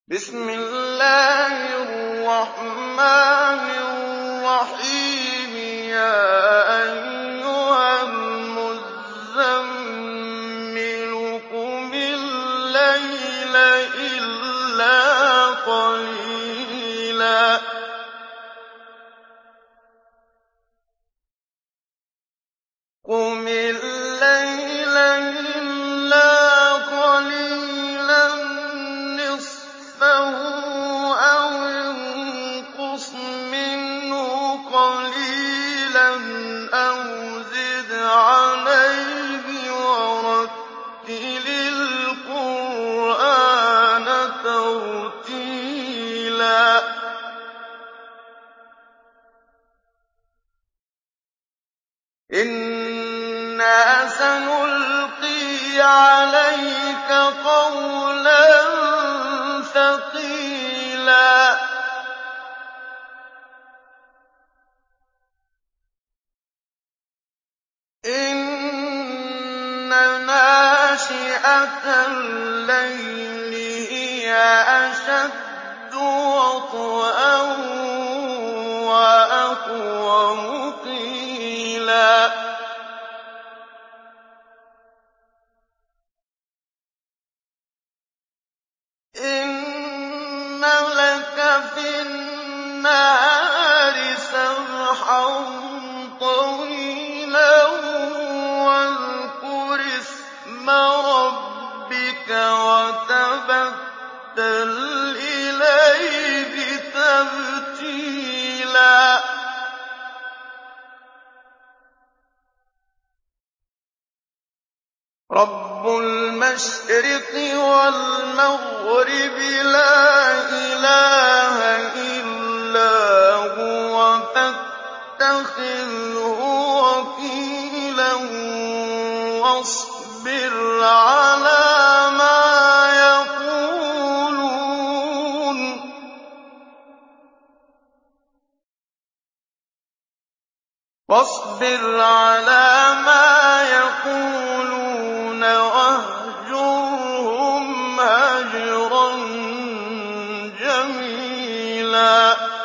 بسم الله الرحمن الرحيم يا أيها المزمل قم الليل إلا قليلا نصفه أو انقص منه قليلا أو زد عليه ورتل القرآن ترتيلا إِنَّا سَنُلْقِي عَلَيْكَ قَوْلًا ثَقِيلًا إِنَّ نَاشِئَةَ اللَّيْلِ هِيَ أَشَدُّ وَطْئًا وَأَقْوَمُ قِيلًا إِنَّ لَكَ فِي النَّهَارِ سَبْحًا طَوِيلًا وَاذْكُرِ اسْمَ رَبِّكَ وَتَبَتَّلْ إِلَيْهِ تَبْتِيلًا رَبُّ الْمَشْرِقِ وَالْمَغْرِبِ لَا إِلَٰهَ إِلَّا هُوَ فَاتَّخِذْهُ وَكِيلًا وَاصْبِرْ عَلَىٰ مَا يَقُولُونَ وَاهْجُرْهُمْ هَجْرًا جَمِيلًا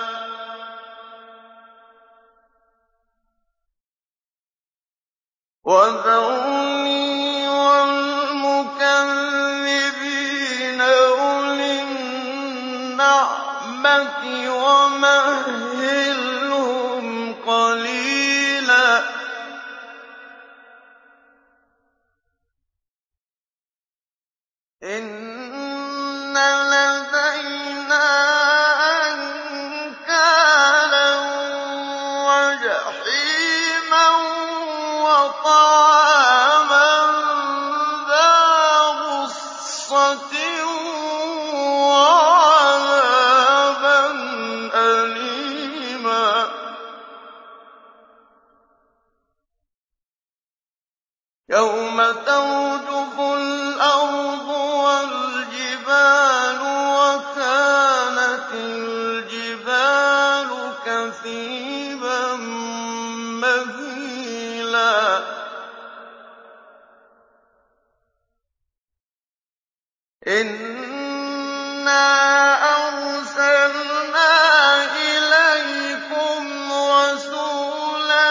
وَذَرْنِي وَالْمُكَذِّبِينَ أُولِي النَّعْمَةِ وَمَهِّلْهُمْ قَلِيلًا إِنَّ لَدَيْنَا أَنكَالًا وَجَحِيمًا وَطَعَامًا ذَا غُصَّةٍ وَعَذَابًا أَلِيمًا يَوْمَ تَرْجُفُ الْأَرْضُ وَالْجِبَالُ وَكَانَتِ الْجِبَالُ كَثِيبًا مَّهِيلًا إِنَّا أَرْسَلْنَا إِلَيْكُمْ رَسُولًا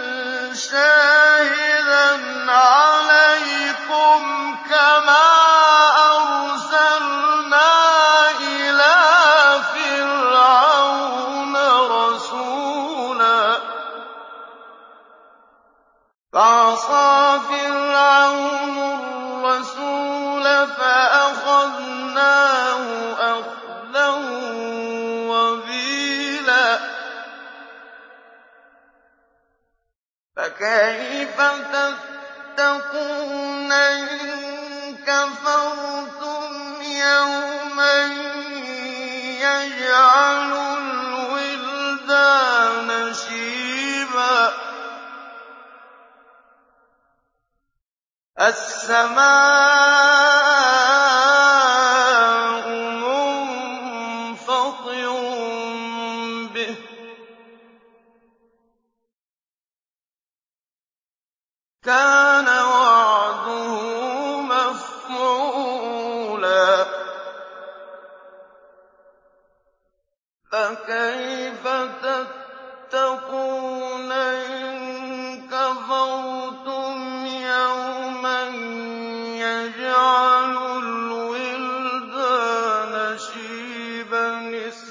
شَاهِدًا عَلَيْكُمْ كَمَا أَرْسَلْنَا إِلَىٰ فِرْعَوْنَ رَسُولًا فَعَصَىٰ فِرْعَوْنُ الرَّسُولَ فَأَخَذْنَاهُ أَخْذًا وَبِيلًا فَكَيْفَ تَتَّقُونَ إِن كَفَرْتُمْ يَوْمًا يَجْعَلُ الْوِلْدَانَ شِيبًا السَّمَاءُ مُنفَطِرٌ بِهِ كَانَ وَعْدُهُ مَفْعُولًا فَكَيْفَ تَتَّقُونَ إِن كَفَرْتُمْ يَوْمًا يَجْعَلُ الْوِلْدَانَ شِيبًا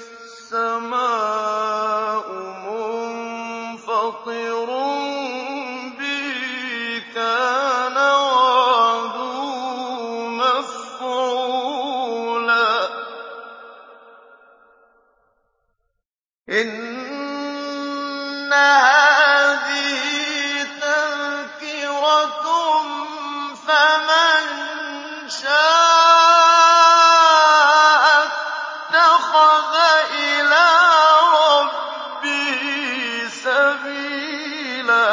السَّمَاءُ مُنفَطِرٌ بِهِ ۚ كَانَ وَعْدُهُ مَفْعُولًا إِنَّ هَٰذِهِ تَذْكِرَةٌ فَمَن شَاءَ اتَّخَذَ إِلَىٰ رَبِّهِ سَبِيلًا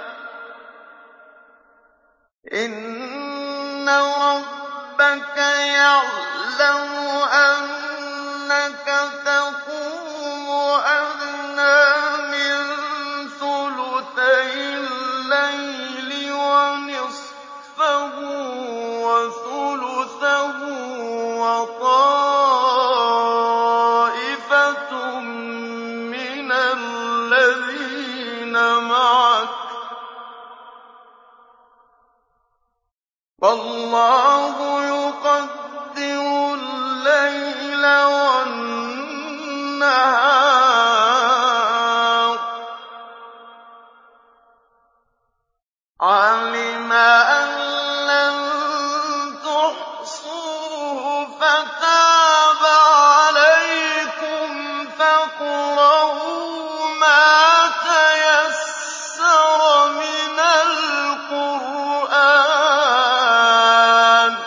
إِنَّ رَبَّكَ يَعْلَمُ أَنَّكَ تَقُومُ أَدْنَىٰ مِن ثُلُثَيِ اللَّيْلِ وَنِصْفَهُ وَثُلُثَهُ وَطَائِفَةٌ مِّنَ الَّذِينَ مَعَكَ ۚ وَاللَّهُ يُقَدِّرُ اللَّيْلَ وَالنَّهَارَ ۚ عَلِمَ أَن لَّن تُحْصُوهُ فَتَابَ عَلَيْكُمْ فَاقْرَءُوا مَا تَيَسَّرَ مِنَ الْقُرْآنِ ۚ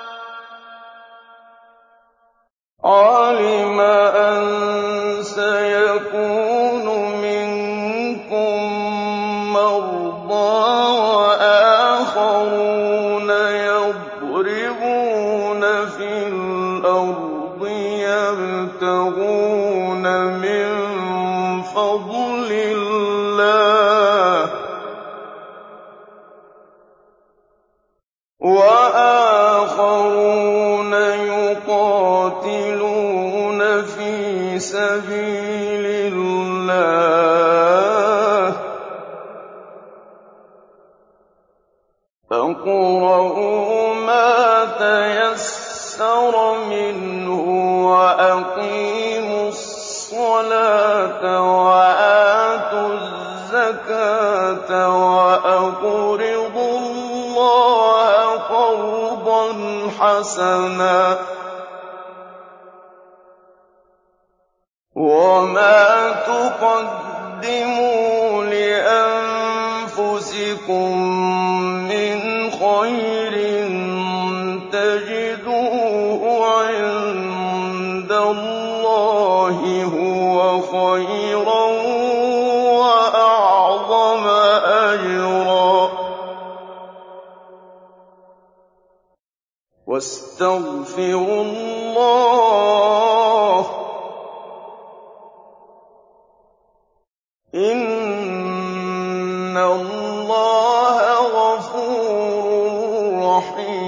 عَلِمَ أَن سَيَكُونُ مِنكُم مَّرْضَىٰ وَآخَرُونَ يَضْرِبُونَ فِي الْأَرْضِ يَبْتَغُونَ مِن فَضْلِ اللَّهِ ۙ وَآخَرُونَ يُقَاتِلُونَ فِي سَبِيلِ اللَّهِ ۖ فاقرؤوا مَا تَيَسَّرَ مِنْهُ وَأَقِيمُوا الصَّلَاةَ وَآتُوا الزَّكَاةَ وَأَقْرِضُوا اللَّهَ قَرْضًا حَسَنًا ۚ وَمَا تُقَدِّمُوا لِأَنفُسِكُم مِّنْ خَيْرٍ تَجِدُوهُ عِندَ اللَّهِ هُوَ خَيْرًا وَأَعْظَمَ أَجْرًا ۚ وَاسْتَغْفِرُوا اللَّهَ ۖ إِنَّ اللَّهَ غَفُورٌ رَّحِيمٌ